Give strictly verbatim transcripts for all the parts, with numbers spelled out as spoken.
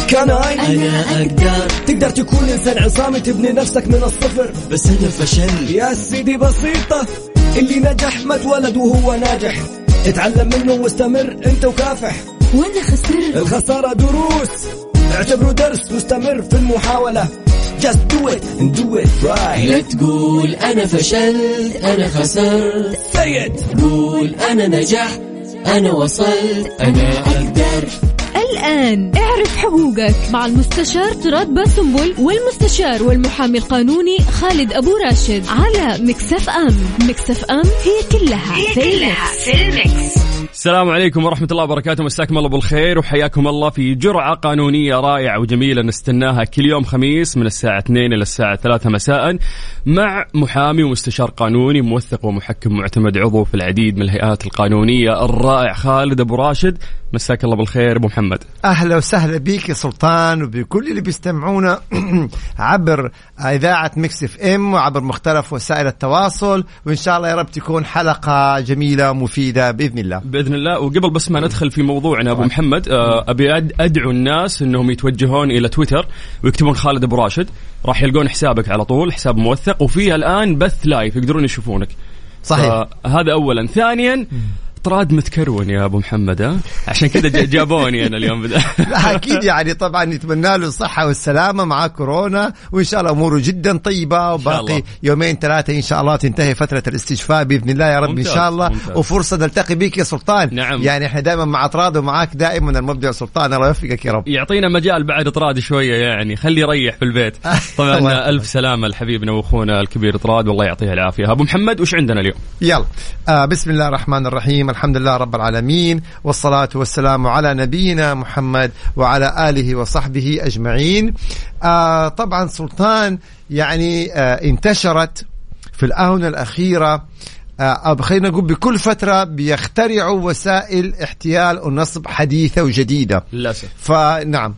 كان أنا أقدر. تقدر تكون إنسان عصامي تبني نفسك من الصفر، بس أنا فشل يا سيدي بسيطة. اللي نجح ما اتولد وهو ناجح، اتعلم منه واستمر انت وكافح. وانا خسرت الخسارة دروس، اعتبره درس مستمر في المحاولة. Just do it and do it right. لا تقول أنا فشلت أنا خسرت، Say it. قول أنا نجحت أنا وصلت أنا أقدر. الآن اعرف حقوقك مع المستشار تراد باسنبل والمستشار والمحامي القانوني خالد أبو راشد على مكسف أم. مكسف أم هي كلها هي في المكس. في المكس. السلام عليكم ورحمة الله وبركاته، مساكم الله بالخير وحياكم الله في جرعة قانونية رائعة وجميلة نستناها كل يوم خميس من الساعة اثنين إلى الساعة ثلاثة مساء مع محامي ومستشار قانوني موثق ومحكم معتمد عضو في العديد من الهيئات القانونية الرائع خالد أبو راشد. مساك الله بالخير أبو محمد. أهلا وسهلا بيك يا سلطان وبكل اللي بيستمعونا عبر إذاعة ميكس اف ام وعبر مختلف وسائل التواصل، وإن شاء الله يا رب تكون حلقة جميلة مفيدة بإذن الله بإذن الله. وقبل بس ما ندخل في موضوعنا أبو محمد، أبي أدعو الناس أنهم يتوجهون إلى تويتر ويكتبون خالد أبو راشد، راح يلقون حسابك على طول، حساب موثق وفيه الآن بث لايف يقدرون يشوفونك. صحيح. هذا أولا. ثانيا طراد متكرون يا أبو محمد، ها عشان كده جابوني أنا اليوم بدأ. لا أكيد يعني طبعا نتمنى له الصحة والسلامة مع كورونا، وإن شاء الله أموره جدا طيبة، وباقي يومين ثلاثة إن شاء الله تنتهي فترة الاستشفاء بإذن الله يا رب. ممتاز. إن شاء الله ممتاز. وفرصة نلتقي بك يا سلطان. نعم. يعني إحنا دائما مع طراد ومعاك دائما المبدع سلطان، الله يوفقك يا رب. يعطينا مجال بعد طراد شوية، يعني خلي يريح في البيت. طبعا ألف سلامة لحبيبنا وأخونا الكبير طراد والله يعطيه العافية. أبو محمد وش عندنا اليوم؟ يلا آه بسم الله الرحمن الرحيم، الحمد لله رب العالمين، والصلاة والسلام على نبينا محمد وعلى آله وصحبه أجمعين. آه طبعا سلطان يعني آه انتشرت في الآونة الأخيرة، آه خلينا نقول بكل فترة بيخترعوا وسائل احتيال ونصب حديثة وجديدة للأسف. فنعم،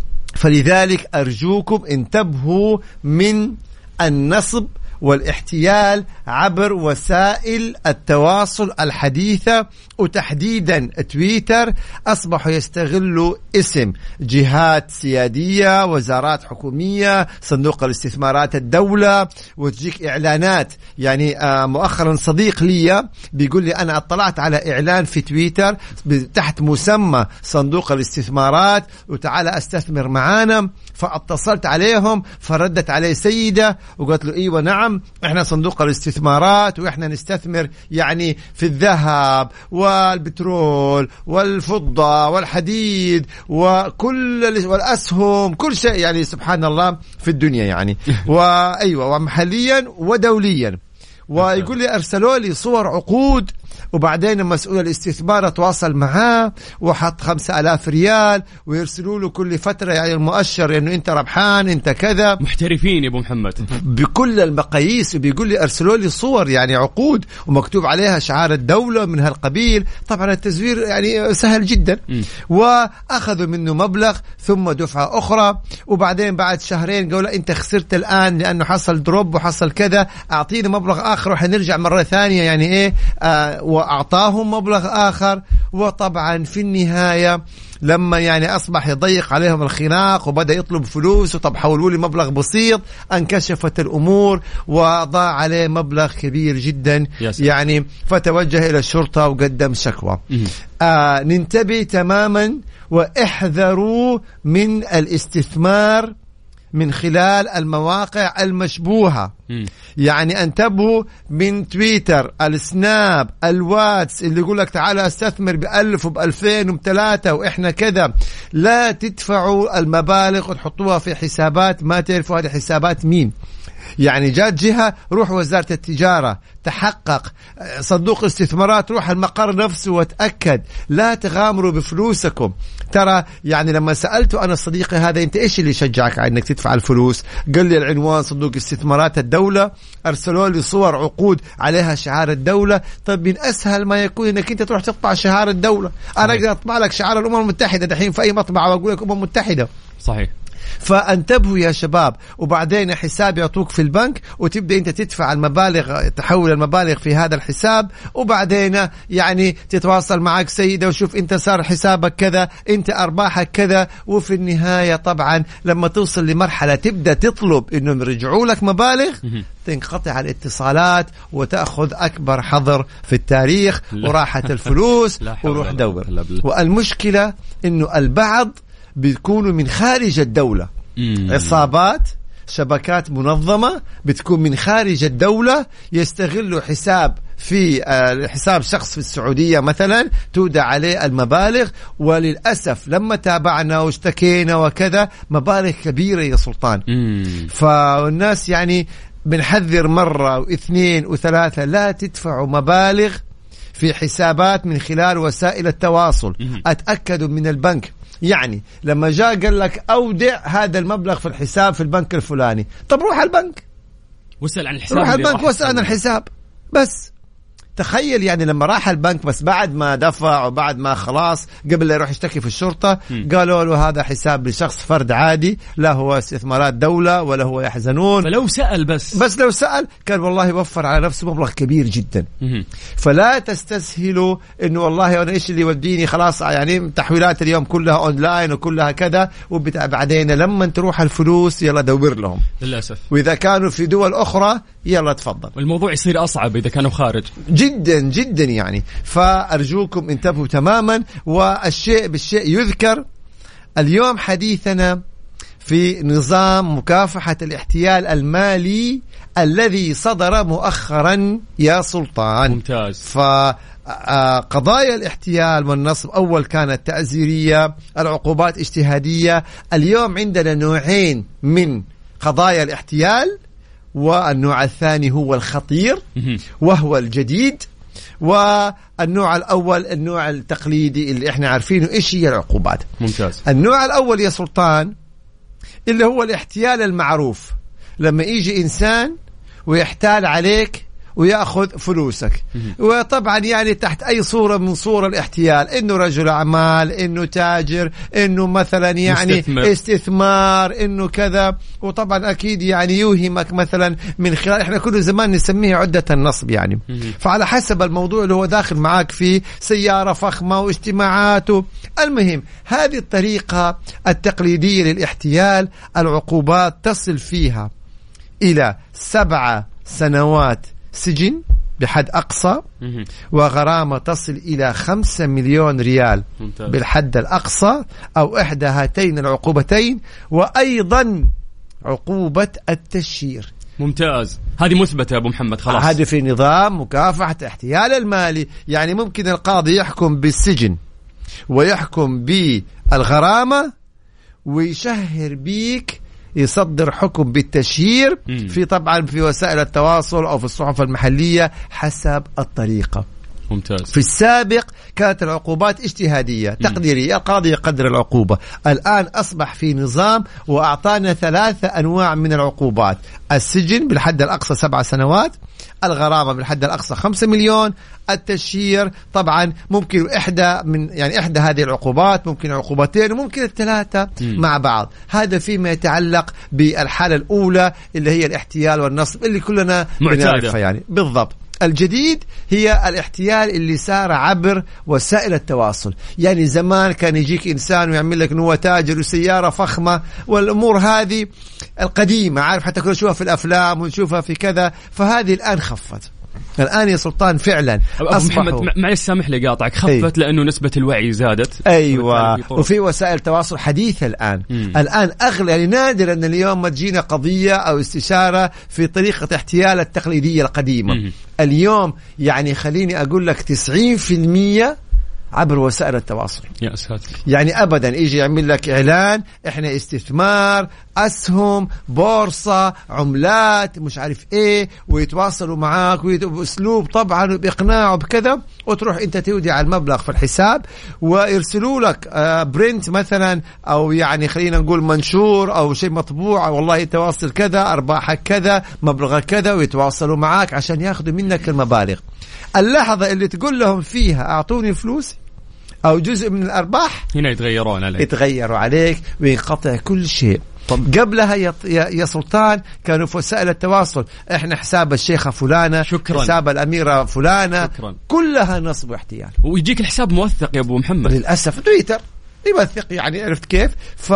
فلذلك أرجوكم انتبهوا من النصب والاحتيال عبر وسائل التواصل الحديثة، وتحديدا تويتر. أصبحوا يستغلوا اسم جهات سيادية، وزارات حكومية، صندوق الاستثمارات الدولة، وتجيك إعلانات. يعني مؤخرا صديق لي بيقول لي أنا اطلعت على إعلان في تويتر تحت مسمى صندوق الاستثمارات وتعالى استثمر معانا، فاتصلت عليهم فردت عليه سيدة وقالت له إيوه نعم إحنا صندوق الاستثمارات وإحنا نستثمر يعني في الذهب والبترول والفضة والحديد وكل والأسهم، كل شيء يعني سبحان الله في الدنيا يعني. وأيوة ومحليا ودوليا. ويقول لي أرسلوا لي صور عقود، وبعدين مسؤول الاستثمار تواصل معاه وحط خمسة آلاف ريال ويرسلوا له كل فترة يعني المؤشر إنه أنت ربحان أنت كذا. محترفين يا أبو محمد بكل المقاييس. وبيقول لي أرسلوا لي صور يعني عقود ومكتوب عليها شعار الدولة من هالقبيل. طبعا التزوير يعني سهل جدا. م. وأخذوا منه مبلغ ثم دفعة أخرى، وبعدين بعد شهرين قالوا أنت خسرت الآن لأنه حصل دروب وحصل كذا، أعطيني مبلغ آخر وحنرجع مرة ثانية يعني إيه آه وأعطاهم مبلغ آخر. وطبعا في النهاية لما يعني أصبح يضيق عليهم الخناق وبدأ يطلب فلوس، وطب حولوا لي مبلغ بسيط، انكشفت الأمور وضاع عليه مبلغ كبير جدا يعني، فتوجه إلى الشرطة وقدم شكوى. آه ننتبه تماما واحذروا من الاستثمار من خلال المواقع المشبوهة. م. يعني انتبهوا من تويتر، السناب، الواتس اللي يقول لك تعالى استثمر بألف وبألفين وبثلاثة وإحنا كذا. لا تدفعوا المبالغ وتحطوها في حسابات ما تعرفوا هذه حسابات مين. يعني جات جهة روح وزارة التجارة تحقق، صندوق الاستثمارات روح المقر نفسه وتأكد. لا تغامروا بفلوسكم. ترى يعني لما سألته أنا صديقي هذا أنت إيش اللي شجعك على أنك تدفع الفلوس؟ قال لي العنوان صندوق استثمارات الدولة، أرسلوا لي صور عقود عليها شعار الدولة. طيب من أسهل ما يكون أنك أنت تروح تطبع شعار الدولة. أنا أقدر أطبع لك شعار الأمم المتحدة دحين في أي مطبعة وأقول لك أمم متحدة. صحيح. فانتبهوا يا شباب. وبعدين حساب يعطوك في البنك وتبدأ انت تدفع المبالغ، تحول المبالغ في هذا الحساب، وبعدين يعني تتواصل معك سيدة وشوف انت صار حسابك كذا، انت ارباحك كذا. وفي النهاية طبعا لما توصل لمرحلة تبدأ تطلب انهم يرجعوا لك مبالغ، تنقطع الاتصالات وتأخذ أكبر حظر في التاريخ وراحة الفلوس وروح دور. والمشكلة إنه البعض بيكونوا من خارج الدولة، عصابات شبكات منظمة بتكون من خارج الدولة، يستغلوا حساب في حساب شخص في السعودية مثلا تودع عليه المبالغ. وللأسف لما تابعنا واشتكينا وكذا مبالغ كبيرة يا سلطان. فالناس يعني بنحذر مرة واثنين وثلاثة، لا تدفعوا مبالغ في حسابات من خلال وسائل التواصل. أتأكدوا من البنك، يعني لما جاء قال لك أودع هذا المبلغ في الحساب في البنك الفلاني، طب روح البنك واسأل عن الحساب، روح البنك واسأل عن الحساب بس. تخيل يعني لما راح البنك بس بعد ما دفع وبعد ما خلاص قبل لا يروح يشتكي في الشرطة م. قالوا له هذا حساب لشخص فرد عادي، لا هو استثمارات دولة ولا هو يحزنون. فلو سأل بس بس لو سأل كان والله يوفر على نفسه مبلغ كبير جدا. م. فلا تستسهلوا إنه والله أنا إيش اللي يوديني خلاص، يعني تحويلات اليوم كلها أونلاين وكلها كذا، وبعدين لما تروح الفلوس يلا دور لهم للأسف. وإذا كانوا في دول أخرى يلا تفضل. والموضوع يصير أصعب إذا كانوا خارج جدا جدا يعني. فأرجوكم انتبهوا تماما. والشيء بالشيء يذكر، اليوم حديثنا في نظام مكافحة الاحتيال المالي الذي صدر مؤخرا يا سلطان. ممتاز. فقضايا الاحتيال والنصب أول كانت تأزيرية، العقوبات اجتهادية. اليوم عندنا نوعين من قضايا الاحتيال، والنوع الثاني هو الخطير وهو الجديد. والنوع الأول النوع التقليدي اللي احنا عارفينه ايش هي العقوبات. ممتاز. النوع الأول يا سلطان اللي هو الاحتيال المعروف، لما يجي إنسان ويحتال عليك ويأخذ فلوسك، وطبعا يعني تحت أي صورة من صور الاحتيال، إنه رجل أعمال، إنه تاجر، إنه مثلا يعني مستثمر. استثمار، إنه كذا. وطبعا أكيد يعني يوهمك مثلا من خلال، إحنا كل زمان نسميه عدة النصب يعني. فعلى حسب الموضوع اللي هو داخل معاك فيه، سيارة فخمة واجتماعاته. المهم هذه الطريقة التقليدية للاحتيال العقوبات تصل فيها إلى سبعة سنوات سجن بحد أقصى، وغرامة تصل إلى خمسة مليون ريال ممتاز. بالحد الأقصى أو إحدى هاتين العقوبتين، وأيضا عقوبة التشهير. ممتاز. هذه مثبتة يا أبو محمد خلاص. هذه في نظام مكافحة احتيال المالي. يعني ممكن القاضي يحكم بالسجن ويحكم بالغرامة ويشهر بيك، يصدر حكم بالتشهير في طبعا في وسائل التواصل أو في الصحف المحلية حسب الطريقة. ممتاز. في السابق كانت العقوبات اجتهادية تقديرية، القاضي يقدر العقوبة. الآن أصبح في نظام وأعطانا ثلاثة أنواع من العقوبات: السجن بالحد الأقصى سبع سنوات، الغرامة بالحد الأقصى خمسة مليون، التشهير طبعا ممكن إحدى من يعني إحدى هذه العقوبات، ممكن عقوبتين وممكن الثلاثة م. مع بعض. هذا فيما يتعلق بالحالة الأولى اللي هي الاحتيال والنصب اللي كلنا بنعرفها يعني. بالضبط. الجديد هي الاحتيال اللي صار عبر وسائل التواصل. يعني زمان كان يجيك إنسان ويعمل لك نوع تاجر وسيارة فخمة والأمور هذه القديمة، عارف حتى كنا نشوفها في الأفلام ونشوفها في كذا. فهذه الآن خفت. الآن يا سلطان فعلا محمد معلش سامح لي قاطعك، خفت أي. لأنه نسبة الوعي زادت. أيوة. وفي وسائل تواصل حديثة الآن. مم. الآن أغلى، يعني نادر أن اليوم ما تجينا قضية أو استشارة في طريقة احتيال التقليدية القديمة. مم. اليوم يعني خليني أقول لك تسعين في المية عبر وسائل التواصل. يا ساتر. يعني أبدا يجي يعمل لك إعلان إحنا استثمار، أسهم، بورصة، عملات، مش عارف إيه، ويتواصلوا معاك بأسلوب طبعا وبإقناع وبكذا، وتروح أنت تودع المبلغ في الحساب ويرسلوا لك برنت مثلا، أو يعني خلينا نقول منشور أو شيء مطبوع، والله تواصل كذا، أرباحك كذا، مبلغ كذا، ويتواصلوا معاك عشان ياخذوا منك المبالغ. اللحظة اللي تقول لهم فيها أعطوني فلوس أو جزء من الأرباح هنا يتغيرون عليك يتغيروا عليك وينقطع كل شيء. طب قبلها يا, يا سلطان كانوا في وسائل التواصل إحنا حساب الشيخة فلانة شكرا. حساب الأميرة فلانة شكرا. كلها نصب واحتيال ويجيك الحساب موثق يا أبو محمد. للأسف تويتر يوثق يعني عرفت كيف.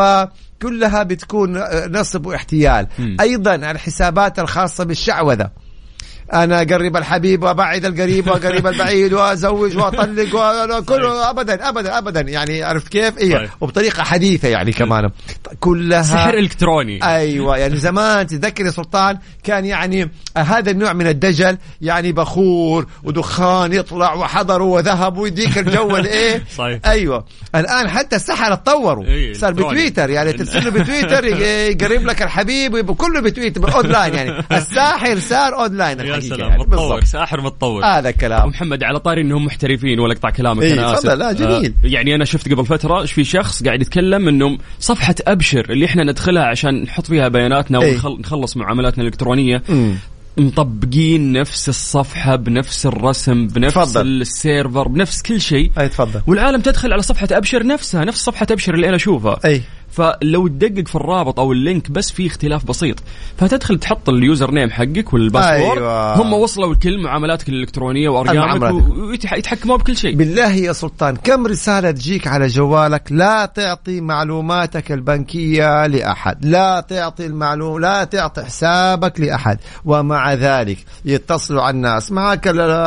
فكلها بتكون نصب واحتيال. م. أيضا الحسابات الخاصة بالشعوذة أنا قرب الحبيب وأبعد القريب وقريب البعيد وأزوج وأطلق وكله أبدا أبدا أبدا يعني عرفت كيف إيه وبطريقة حديثة يعني كمان كلها سحر إلكتروني. أيوة يعني زمان تذكر يا سلطان كان يعني هذا النوع من الدجل يعني بخور ودخان يطلع وحضر وذهب ويديك الجو الإيه. أيوة الآن حتى السحر اتطوروا إيه صار بتويتر يعني ترسله بتويتر يقرب لك الحبيب وكله بتويتر أونلاين يعني الساحر صار أونلاين. سلام متطور ساحر متطور. هذا الكلام. محمد على طاري انهم محترفين ولا اقطع كلامك إيه انا اسف. لا جميل. آه يعني انا شفت قبل فتره في شخص قاعد يتكلم انه صفحه ابشر اللي احنا ندخلها عشان نحط فيها بياناتنا إيه؟ ونخلص معاملاتنا الالكترونيه م. مطبقين نفس الصفحة بنفس الرسم بنفس فضل. السيرفر بنفس كل شيء. أي تفضل. والعالم تدخل على صفحة أبشر نفسها نفس صفحة أبشر اللي أنا أشوفها. أي. فلو تدقق في الرابط أو اللينك بس في اختلاف بسيط فتدخل تحط اليوزر نيم حقك والباسورد. أيوة. هم وصلوا لكل معاملاتك الإلكترونية وأرقامك ويتحكموا بكل شيء. بالله يا سلطان كم رسالة تجيك على جوالك لا تعطي معلوماتك البنكية لأحد لا تعطي المعلوم لا تعطي حسابك لأحد ومع ذلك يتصلوا على الناس معك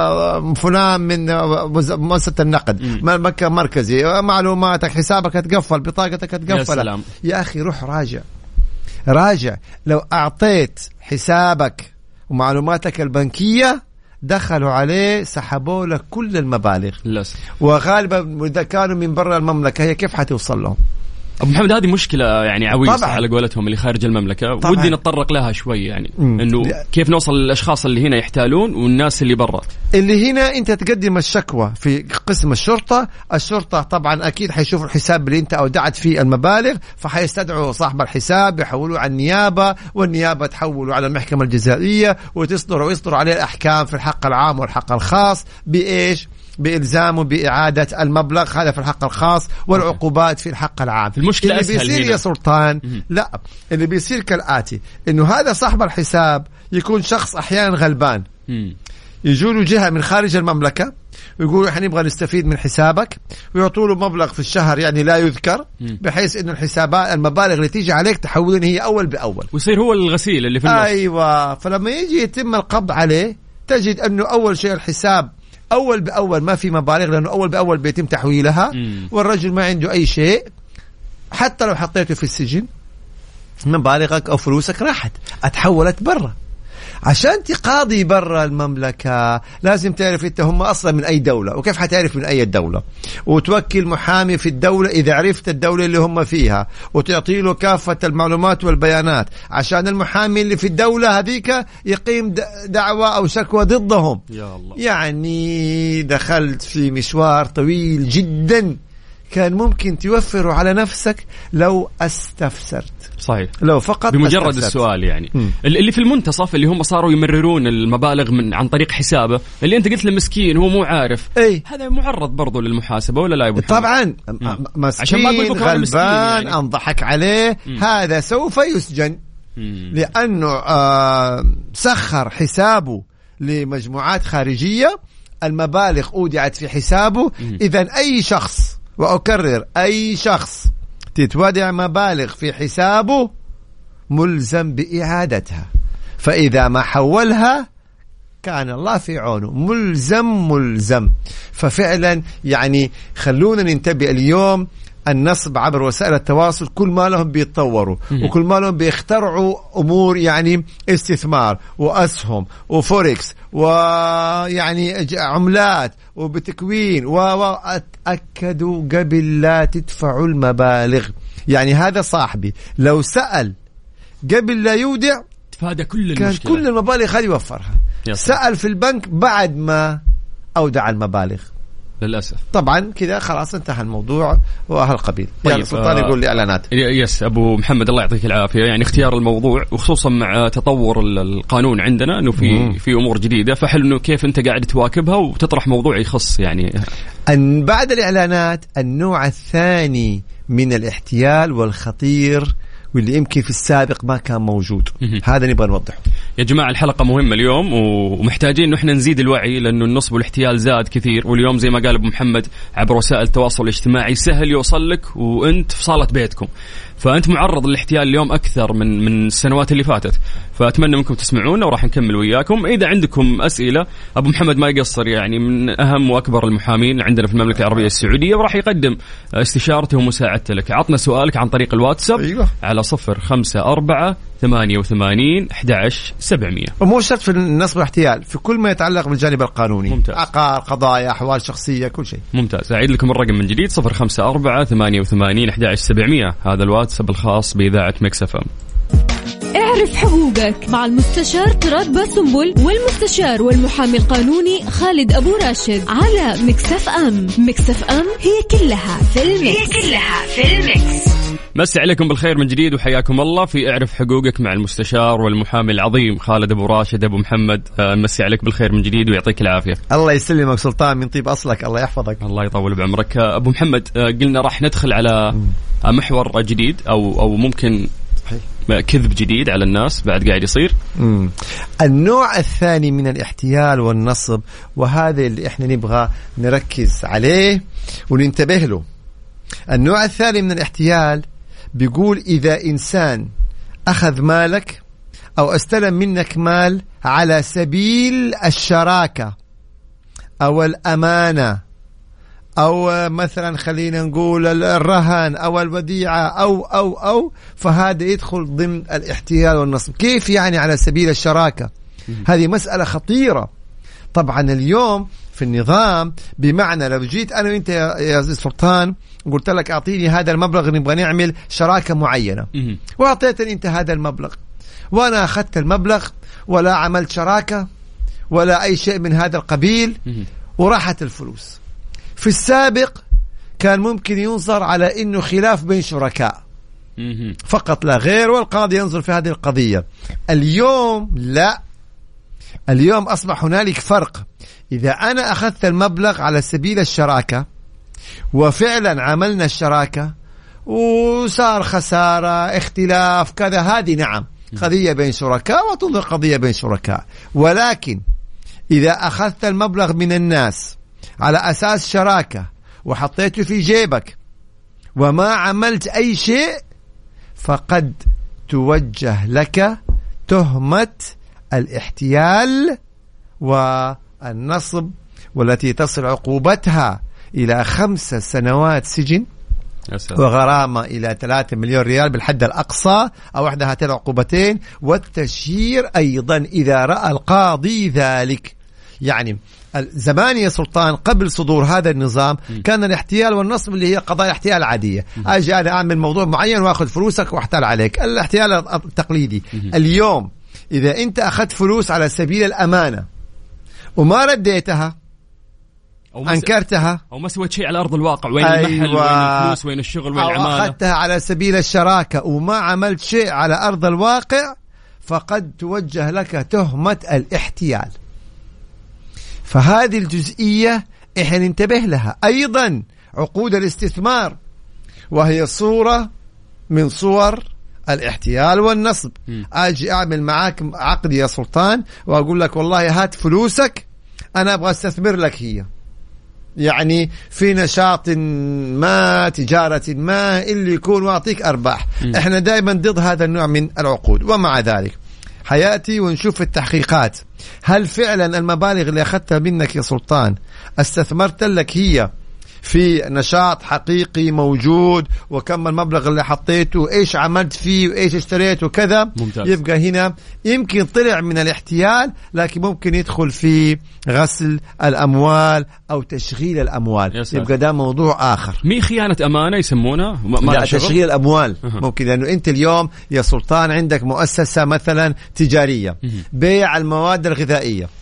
فلان من مؤسسة النقد مكة مركزي معلوماتك حسابك تقفل بطاقتك تقفل. يا أخي روح راجع راجع لو أعطيت حسابك ومعلوماتك البنكية دخلوا عليه سحبوا لك كل المبالغ لس. وغالبا إذا كانوا من برا المملكة هي كيف حتوصل لهم؟ أبو محمد هذه مشكلة يعني عويصة على قولتهم اللي خارج المملكة. طبعاً. ودي نتطرق لها شوي يعني مم. إنه كيف نوصل للأشخاص اللي هنا يحتالون والناس اللي برا. اللي هنا أنت تقدم الشكوى في قسم الشرطة. الشرطة طبعا أكيد حيشوف الحساب اللي أنت أودعت فيه المبالغ فحيستدعوا صاحب الحساب يحولوا على النيابة والنيابة تحولوا على المحكمة الجزائية وتصدروا ويصدروا عليه الأحكام في الحق العام والحق الخاص بإيش بإلزامه بإعادة المبلغ هذا في الحق الخاص والعقوبات في الحق العام. المشكلة اللي بيصير هنا. يا سلطان لا اللي بيصير كالآتي إنه هذا صاحب الحساب يكون شخص أحيانا غلبان يجوله جهة من خارج المملكة ويقولوا إحنا نبغى نستفيد من حسابك ويعطوا له مبلغ في الشهر يعني لا يذكر بحيث إنه الحسابات المبالغ اللي تيجي عليك تحولين هي أول بأول ويصير هو الغسيل اللي في النص. أيوة فلما يجي يتم القبض عليه تجد أنه أول شيء الحساب أول بأول ما في مبالغ لأنه أول بأول بيتم تحويلها مم. والرجل ما عنده أي شيء حتى لو حطيته في السجن مبالغك أو فلوسك راحت اتحولت برا. عشان تقاضي برا المملكة لازم تعرف انت هم اصلا من اي دولة وكيف حتعرف من اي دولة وتوكل محامي في الدولة اذا عرفت الدولة اللي هم فيها وتعطي له كافة المعلومات والبيانات عشان المحامي اللي في الدولة هذيك يقيم دعوة او شكوى ضدهم. يا الله. يعني دخلت في مشوار طويل جدا كان ممكن توفره على نفسك لو استفسرت. صحيح. لو فقط بمجرد أستفسرت. السؤال يعني م. اللي في المنتصف اللي هم صاروا يمررون المبالغ من عن طريق حسابه اللي انت قلت له مسكين هو مو عارف اي هذا معرض برضو للمحاسبة ولا لا يا ابو محمد؟ طبعا مسكين غلبان يعني. انضحك عليه م. هذا سوف يسجن م. لأنه آه سخر حسابه لمجموعات خارجية المبالغ أودعت في حسابه. إذن أي شخص وأكرر أي شخص تتودع مبالغ في حسابه ملزم بإعادتها فإذا ما حولها كان الله في عونه ملزم ملزم. ففعلا يعني خلونا ننتبه اليوم النصب عبر وسائل التواصل كل ما لهم بيتطوروا وكل ما لهم بيخترعوا أمور يعني استثمار وأسهم وفوركس ويعني عملات وبتكوين وأتأكدوا قبل لا تدفعوا المبالغ. يعني هذا صاحبي لو سأل قبل لا يودع تفادى كل كان المشكلة. كل المبالغ هذه يوفرها. سأل في البنك بعد ما أودع المبالغ للأسف. طبعا كذا خلاص انتهى الموضوع وأهل قبيل. طيب يعني سلطان يقول لي إعلانات. يس أبو محمد الله يعطيك العافية، يعني اختيار الموضوع وخصوصا مع تطور القانون عندنا إنه في مم. في أمور جديدة، فحلو إنه كيف أنت قاعد تواكبها وتطرح موضوع يخص يعني. أن بعد الإعلانات النوع الثاني من الاحتيال والخطير واللي يمكن في السابق ما كان موجود، هذا نبغى نوضحه يا جماعة. الحلقة مهمة اليوم ومحتاجين إنه إحنا نزيد الوعي، لأنه النصب والاحتيال زاد كثير، واليوم زي ما قال أبو محمد عبر وسائل التواصل الاجتماعي سهل يوصل لك وأنت في صالة بيتكم، فأنت معرض للاحتيال اليوم أكثر من من السنوات اللي فاتت. فأتمنى منكم تسمعونا وراح نكمل وياكم. إذا عندكم أسئلة أبو محمد ما يقصر، يعني من أهم وأكبر المحامين عندنا في المملكة العربية السعودية، وراح يقدم استشارته ومساعدته لك. عطنا سؤالك عن طريق الواتساب أيوة. على صفر خمسة أربعة ثمانية وثمانين أحد عشر سبعمية. ومو شرط في النصب والاحتيال، في كل ما يتعلق بالجانب القانوني. ممتاز. عقار، قضايا، أحوال شخصية، كل شيء. ممتاز. أعيد لكم الرقم من جديد صفر خمسة أربعة ثمانية وثمانين أحد عشر سبعمية، هذا الواتساب الخاص بإذاعة ميكس إف إم. اعرف حقوقك مع المستشار تراد باسنبل والمستشار والمحامي القانوني خالد أبو راشد على ميكس إف إم. ميكس إف إم هي كلها في الميكس. هي كلها في الميكس. مسي عليكم بالخير من جديد وحياكم الله في اعرف حقوقك مع المستشار والمحامي العظيم خالد أبو راشد. أبو محمد مسي عليك بالخير من جديد ويعطيك العافية. الله يسلمك سلطان، من طيب أصلك، الله يحفظك. الله يطول بعمرك. أبو محمد قلنا راح ندخل على محور جديد أو أو ممكن كذب جديد على الناس بعد قاعد يصير. مم. النوع الثاني من الاحتيال والنصب، وهذا اللي احنا نبغى نركز عليه وننتبه له. النوع الثاني من الاحتيال بيقول إذا إنسان أخذ مالك أو استلم منك مال على سبيل الشراكة أو الأمانة أو مثلا خلينا نقول الرهن أو الوديعة أو أو أو فهذا يدخل ضمن الاحتيال والنصب. كيف يعني على سبيل الشراكة؟ هذه مسألة خطيرة. طبعا اليوم في النظام بمعنى لو جيت أنا وإنت يا سلطان قلت لك أعطيني هذا المبلغ نبغى نعمل شراكة معينة، وأعطيتني أنت هذا المبلغ وأنا أخذت المبلغ ولا عملت شراكة ولا أي شيء من هذا القبيل وراحت الفلوس. في السابق كان ممكن ينظر على إنه خلاف بين شركاء فقط لا غير، والقاضي ينظر في هذه القضية. اليوم لا، اليوم أصبح هنالك فرق. إذا أنا أخذت المبلغ على سبيل الشراكة وفعلا عملنا الشراكة وصار خسارة اختلاف كذا، هذه نعم قضية بين شركاء وتنظر قضية بين شركاء. ولكن إذا أخذت المبلغ من الناس على أساس شراكة وحطيته في جيبك وما عملت أي شيء، فقد توجه لك تهمة الاحتيال والنصب، والتي تصل عقوبتها إلى خمس سنوات سجن وغرامة إلى ثلاثة مليون ريال بالحد الأقصى أو إحدى هاتين العقوبتين، والتشهير أيضا إذا رأى القاضي ذلك. يعني زمان يا سلطان قبل صدور هذا النظام كان الاحتيال والنصب اللي هي قضايا احتيال عادية، أجي أنا أعمل موضوع معين وأخذ فلوسك واحتال عليك، الاحتيال التقليدي. اليوم إذا أنت أخذت فلوس على سبيل الأمانة وما رديتها أو أنكرتها أو ما سويت شيء على أرض الواقع، وين أيوة. المحل وين الفلوس وين الشغل وين العمالة، أو أخذتها على سبيل الشراكة وما عملت شيء على أرض الواقع، فقد توجه لك تهمة الاحتيال. فهذه الجزئية إحنا ننتبه لها. أيضا عقود الاستثمار، وهي صورة من صور الاحتيال والنصب. أجي أعمل معاك عقد يا سلطان وأقول لك والله هات فلوسك أنا أبغى استثمر لك هي، يعني في نشاط ما تجارة ما اللي يكون واعطيك أرباح. م. إحنا دائما ضد هذا النوع من العقود. ومع ذلك حياتي ونشوف التحقيقات هل فعلا المبالغ اللي أخذتها منك يا سلطان استثمرت لك هي في نشاط حقيقي موجود، وكم المبلغ اللي حطيته، ايش عملت فيه، وايش اشتريت وكذا. ممتاز. يبقى هنا يمكن طلع من الاحتيال، لكن ممكن يدخل في غسل الأموال أو تشغيل الأموال. يبقى ده موضوع آخر. مي خيانة أمانة يسمونها؟ لا، تشغيل الأموال. أه. ممكن لأنه أنت اليوم يا سلطان عندك مؤسسة مثلا تجارية، أه. بيع المواد الغذائية،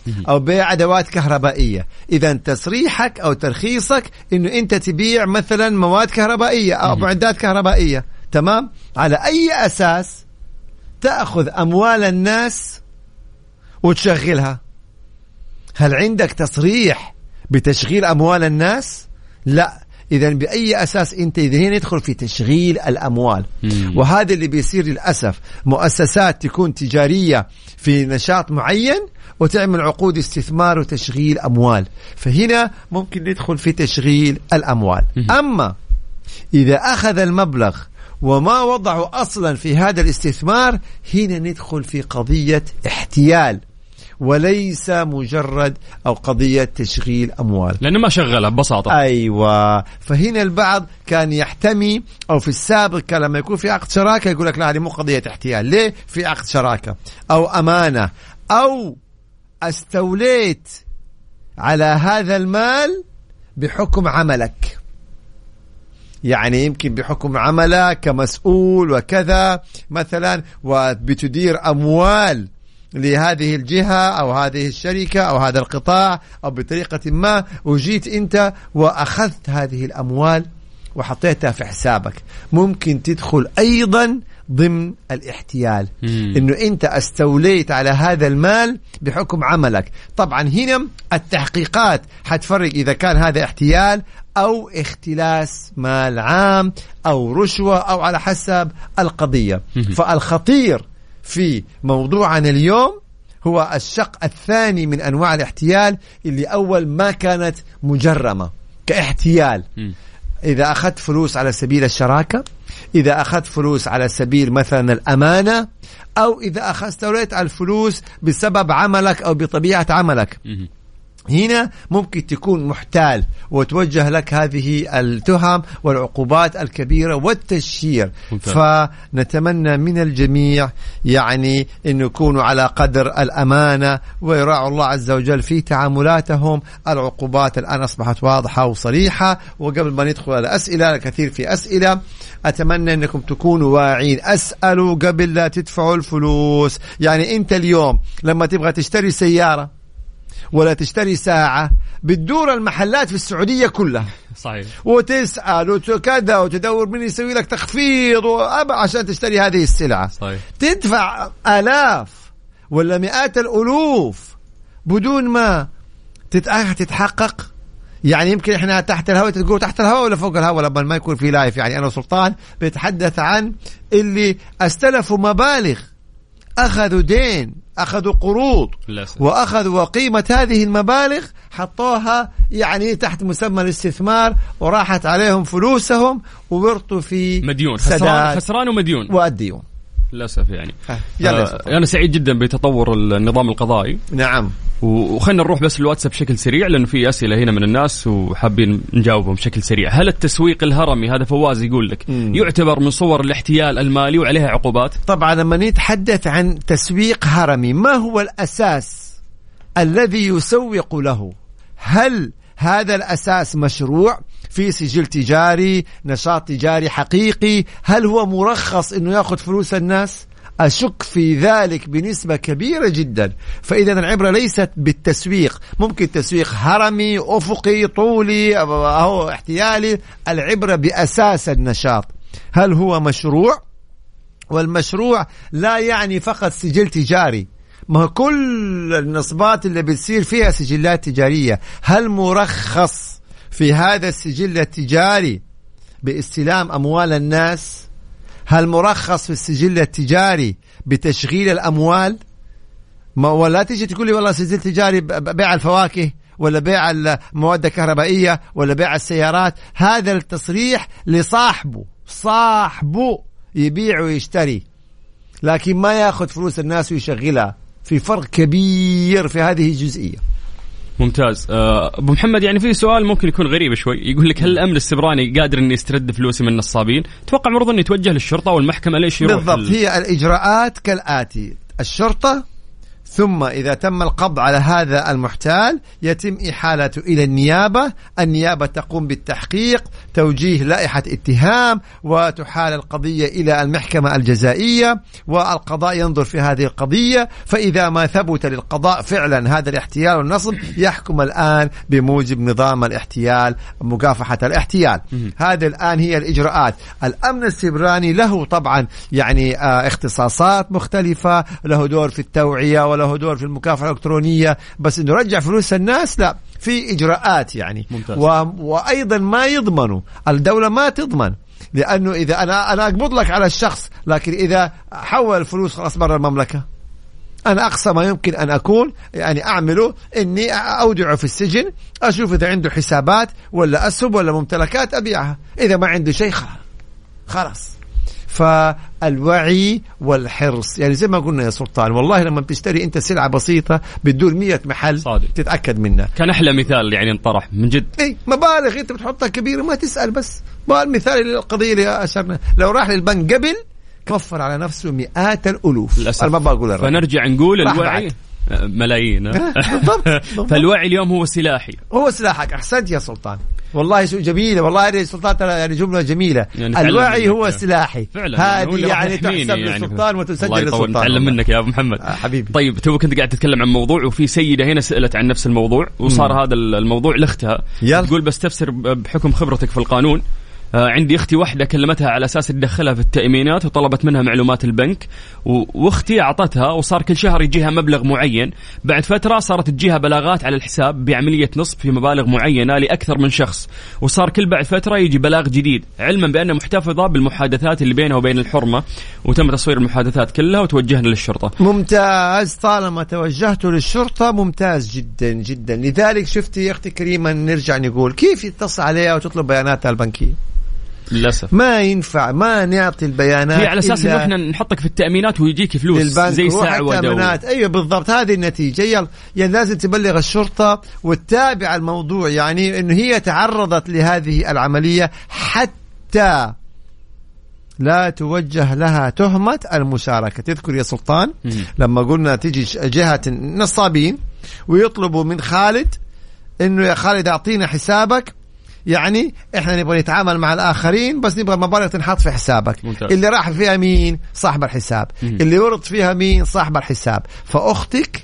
أو بيع أدوات كهربائية. إذا تصريحك أو ترخيصك إنه أنت تبيع مثلا مواد كهربائية أو معدات كهربائية، تمام؟ على أي أساس تأخذ أموال الناس وتشغلها؟ هل عندك تصريح بتشغيل أموال الناس؟ لا. إذن بأي أساس أنت إذا هنا ندخل في تشغيل الأموال؟ مم. وهذا اللي بيصير للأسف. مؤسسات تكون تجارية في نشاط معين وتعمل عقود استثمار وتشغيل أموال، فهنا ممكن ندخل في تشغيل الأموال. مم. أما إذا أخذ المبلغ وما وضعه أصلا في هذا الاستثمار، هنا ندخل في قضية احتيال وليس مجرد أو قضية تشغيل أموال، لأنه ما شغلها ببساطة. أيوة. فهنا البعض كان يحتمي، أو في السابق كان لما يكون في عقد شراكة يقول لك لا هذه مو قضية احتيال. ليه؟ في عقد شراكة أو أمانة، أو استوليت على هذا المال بحكم عملك، يعني يمكن بحكم عملك كمسؤول وكذا مثلا، وبتدير أموال لهذه الجهة أو هذه الشركة أو هذا القطاع أو بطريقة ما، وجيت أنت وأخذت هذه الأموال وحطيتها في حسابك، ممكن تدخل أيضا ضمن الاحتيال. مم. إنه أنت استوليت على هذا المال بحكم عملك. طبعا هنا التحقيقات حتفرق إذا كان هذا احتيال أو اختلاس مال عام أو رشوة أو على حسب القضية. مم. فالخطير في موضوعنا اليوم هو الشق الثاني من أنواع الاحتيال، اللي أول ما كانت مجرمة كاحتيال. م. إذا أخذت فلوس على سبيل الشراكة، إذا أخذت فلوس على سبيل مثلا الأمانة، أو إذا أخذت استوليت على الفلوس بسبب عملك أو بطبيعة عملك. م. هنا ممكن تكون محتال وتوجه لك هذه التهم والعقوبات الكبيرة والتشهير. ممتاز. فنتمنى من الجميع يعني أن يكونوا على قدر الأمانة ويراعوا الله عز وجل في تعاملاتهم. العقوبات الآن أصبحت واضحة وصريحة. وقبل ما ندخل على الأسئلة، الكثير في أسئلة، أتمنى أنكم تكونوا واعين. أسألوا قبل لا تدفعوا الفلوس. يعني أنت اليوم لما تبغى تشتري سيارة ولا تشتري ساعة بتدور المحلات في السعودية كلها، صحيح، وتسأل وكذا وتدور من يسوي لك تخفيض وأبع عشان تشتري هذه السلعة. صحيح. تدفع آلاف ولا مئات الألوف بدون ما تتحقق. يعني يمكن إحنا تحت الهواء، تقول تحت الهواء ولا فوق الهواء لما ما يكون في لايف. يعني أنا سلطان بيتحدث عن اللي استلفوا مبالغ، أخذوا دين، أخذوا قروض، وأخذوا قيمة هذه المبالغ حطوها يعني تحت مسمى الاستثمار، وراحت عليهم فلوسهم وورطوا في مديون، خسران, خسران ومديون وأديون للأسف. يعني آه أنا سعيد جدا بتطور النظام القضائي. نعم. وخلنا نروح بس الواتساب بشكل سريع، لأنه في أسئلة هنا من الناس وحابين نجاوبهم بشكل سريع. هل التسويق الهرمي، هذا فواز يقول لك، مم. يعتبر من صور الاحتيال المالي وعليها عقوبات؟ طبعا لما نتحدث عن تسويق هرمي، ما هو الأساس الذي يسوق له؟ هل هذا الأساس مشروع في سجل تجاري، نشاط تجاري حقيقي؟ هل هو مرخص إنه يأخذ فلوس الناس؟ أشك في ذلك بنسبة كبيرة جدا. فإذا العبرة ليست بالتسويق، ممكن تسويق هرمي أفقي طولي أو احتيالي، العبرة بأساس النشاط. هل هو مشروع؟ والمشروع لا يعني فقط سجل تجاري، ما كل النصبات اللي بتصير فيها سجلات تجارية. هل مرخص في هذا السجل التجاري باستلام أموال الناس؟ هل مرخص في السجل التجاري بتشغيل الأموال؟ ما ولا تيجي تقول لي والله سجل تجاري بيع الفواكه ولا بيع المواد الكهربائية ولا بيع السيارات. هذا التصريح لصاحبه، صاحبه يبيع ويشتري، لكن ما يأخذ فلوس الناس ويشغلها. في فرق كبير في هذه الجزئية. ممتاز. أبو محمد، يعني في سؤال ممكن يكون غريب شوي، يقول لك هل الأمن السبراني قادر أن يسترد فلوسي من النصابين؟ توقع مرضى أن يتوجه للشرطة والمحكمة، ليش يروح؟ بالضبط. ال... هي الإجراءات كالآتي: الشرطة ثم إذا تم القبض على هذا المحتال يتم إحالته إلى النيابة. النيابة تقوم بالتحقيق، توجيه لائحة اتهام، وتحال القضية إلى المحكمة الجزائية، والقضاء ينظر في هذه القضية. فإذا ما ثبت للقضاء فعلا هذا الاحتيال والنصب يحكم الآن بموجب نظام الاحتيال، مكافحة الاحتيال. هذا الآن هي الإجراءات. الأمن السيبراني له طبعا يعني آه اختصاصات مختلفة، له دور في التوعية وله دور في المكافحة الإلكترونية، بس إنه رجع فلوس الناس لا، في إجراءات يعني. و... وأيضا ما يضمنوا الدولة، ما تضمن، لأنه إذا أنا أنا أقبض لك على الشخص، لكن إذا حول الفلوس خلاص برا المملكة، أنا أقصى ما يمكن أن أكون يعني أعمله إني أودعه في السجن، أشوف إذا عنده حسابات ولا أسهم ولا ممتلكات أبيعها، إذا ما عنده شيء خلاص. فالوعي والحرص يعني زي ما قلنا يا سلطان، والله لما بتشتري أنت سلعة بسيطة بتدور مية محل صادق. تتأكد منها. كان أحلى مثال يعني انطرح من جد. إيه مبالغ أنت بتحطها كبيرة ما تسأل، بس المثال للقضية اللي أشرنا، لو راح للبنك قبل كفر على نفسه مئات الألوف للأسف. أنا ما بقول الرجل. فنرجع نقول الوعي ملايين. بالضبط. فالوعي اليوم هو سلاحي، هو سلاحك. أحسنت يا سلطان، والله شو جميلة، والله يا سلطان ترى يعني جملة جميلة. يعني الوعي هو سلاحي هذه يعني تحسب يعني للسلطان وتسجل للسلطان. نتعلم منك يا أبو محمد. آه حبيبي. طيب تو كنت قاعد تتكلم عن موضوع، وفي سيدة هنا سألت عن نفس الموضوع، وصار مم. هذا الموضوع لأختها. تقول بس تفسر بحكم خبرتك في القانون. آه عندي أختي واحدة كلمتها على أساس تدخلها في التأمينات وطلبت منها معلومات البنك، وأختي أعطتها، وصار كل شهر يجيها مبلغ معين. بعد فترة صارت تجيها بلاغات على الحساب بعملية نصب في مبالغ معينة لأكثر من شخص، وصار كل بعد فترة يجي بلاغ جديد، علما بأنها محتفظة بالمحادثات اللي بينها وبين الحرمة، وتم تصوير المحادثات كلها وتوجهنا للشرطة. ممتاز، طالما توجهتوا للشرطة ممتاز جدا جدا. لذلك شفتي يا أختي كريمة نرجع نقول كيف يتصل عليها وتطلب بياناتها البنكية؟ للأسف ما ينفع، ما نعطي البيانات هي على أساس إنه إحنا نحطك في التأمينات ويجيك فلوس زي ساعة ودورة. أيوة بالضبط، هذه النتيجة. يلا يعني لازم تبلغ الشرطة وتتابع الموضوع، يعني إنه هي تعرضت لهذه العملية حتى لا توجه لها تهمة المشاركة. تذكر يا سلطان م- لما قلنا تيجي جهة نصابين ويطلبوا من خالد إنه يا خالد أعطينا حسابك، يعني احنا نبغى نتعامل مع الاخرين بس نبغى المبالغ تنحط في حسابك. ممتاز. اللي راح فيها مين؟ صاحب الحساب. مم. اللي ورط فيها مين؟ صاحب الحساب. فاختك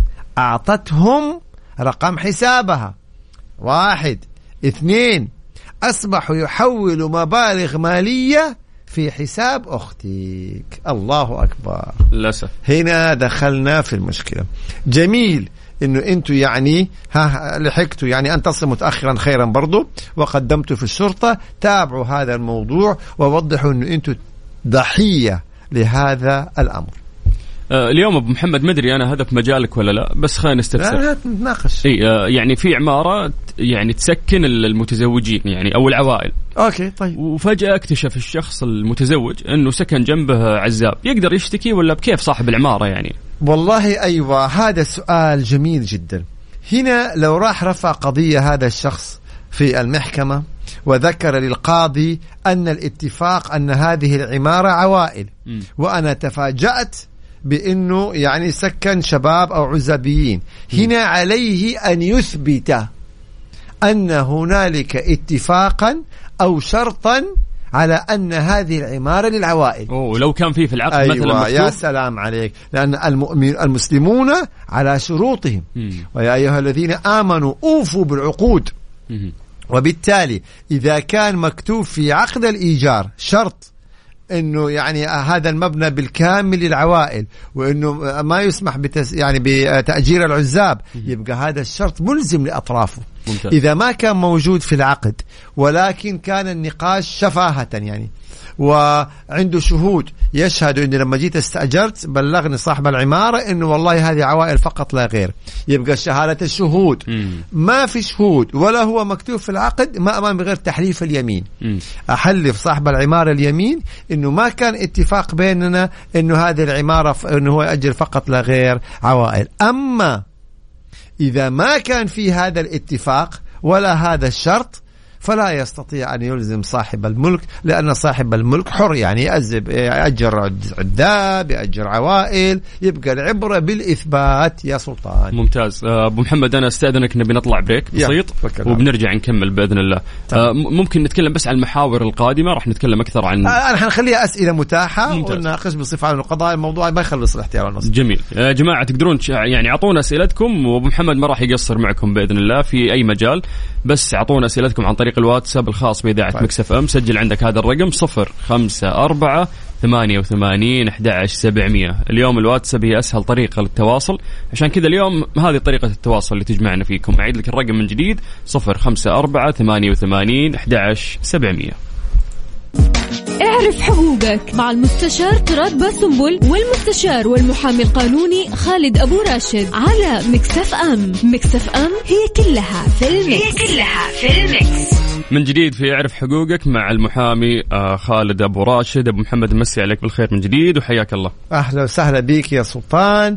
اعطتهم رقم حسابها. واحد اثنين، اصبحوا يحولوا مبالغ مالية في حساب اختك. الله اكبر. للاسف هنا دخلنا في المشكلة. جميل إنه أنتوا يعني ها لحقتوا يعني أن تصل متأخرا خيرا برضو، وقدمتوا في الشرطة. تابعوا هذا الموضوع ووضحوا إنه أنتوا ضحية لهذا الأمر. آه اليوم أبو محمد مدري أنا هذا في مجالك ولا لا، بس خلينا نستفسر. لا نتناقش. إيه آه يعني في عمارة يعني تسكن المتزوجين يعني أو العوائل. أوكي طيب. وفجأة اكتشف الشخص المتزوج إنه سكن جنبه عزاب، يقدر يشتكي ولا بكيف صاحب العمارة يعني؟ والله أيوة، هذا السؤال جميل جدا. هنا لو راح رفع قضية هذا الشخص في المحكمة وذكر للقاضي أن الاتفاق أن هذه العمارة عوائل، م. وأنا تفاجأت بأنه يعني سكن شباب أو عزابيين، هنا عليه أن يثبت أن هنالك اتفاقا أو شرطا على أن هذه العمارة للعوائل. أوه لو كان فيه في العقد أيوة مثلا مكتوب. يا سلام عليك، لأن المؤمن المسلمون على شروطهم، مم. ويا أيها الذين آمنوا أوفوا بالعقود. مم. وبالتالي إذا كان مكتوب في عقد الإيجار شرط إنه يعني هذا المبنى بالكامل للعوائل، وإنه ما يسمح بتس يعني بتأجير العزاب، يبقى هذا الشرط ملزم لأطرافه. ممتاز. إذا ما كان موجود في العقد ولكن كان النقاش شفاهة يعني، وعنده شهود يشهدوا إن لما جيت استأجرت بلغني صاحب العمارة إنه والله هذه عوائل فقط لا غير، يبقى شهادة الشهود. مم. ما في شهود ولا هو مكتوب في العقد، ما أمام بغير تحليف اليمين. مم. أحلف صاحب العمارة اليمين إنه ما كان اتفاق بيننا إنه هذه العمارة إنه هو يأجر فقط لا غير عوائل. أما إذا ما كان في هذا الاتفاق ولا هذا الشرط، فلا يستطيع أن يلزم صاحب الملك، لأن صاحب الملك حر، يعني يأذب يأجر عذاب، يأجر عوائل، يبقى العبرة بالإثبات يا سلطان. ممتاز. أبو محمد أنا استأذنك نبي نطلع بريك بسيط وبنرجع نكمل بإذن الله. ممكن نتكلم بس عن المحاور القادمة، راح نتكلم أكثر عن أنا حنخليها أسئلة متاحة ونناقش بصفة عن القضاء، الموضوع ما يخلص الاحتيال والنصب. جميل يا جماعة، تقدرون يعني أعطونا أسئلتكم، وأبو محمد ما راح يقصر معكم بإذن الله في أي مجال، بس أعطونا أسئلتكم عن طريق الواتساب الخاص بإذاعة طيب. مكس اف ام. سجل عندك هذا الرقم صفر خمسة أربعة ثمانية وثمانين أحد عشر سبعمية. اليوم الواتساب هي أسهل طريقة للتواصل، عشان كذا اليوم هذه طريقة التواصل اللي تجمعنا فيكم. أعيد لك الرقم من جديد صفر خمسة أربعة ثمانية وثمانين أحد عشر سبعمية. اعرف حقوقك مع المستشار تراد باسنبل والمستشار والمحامي القانوني خالد أبو راشد على مكس اف ام. مكس اف ام هي كلها في المكس. هي كلها في المكس. من جديد في اعرف حقوقك مع المحامي خالد أبو راشد. أبو محمد مسي عليك بالخير من جديد وحياك الله. أهلا وسهلا بك يا سلطان.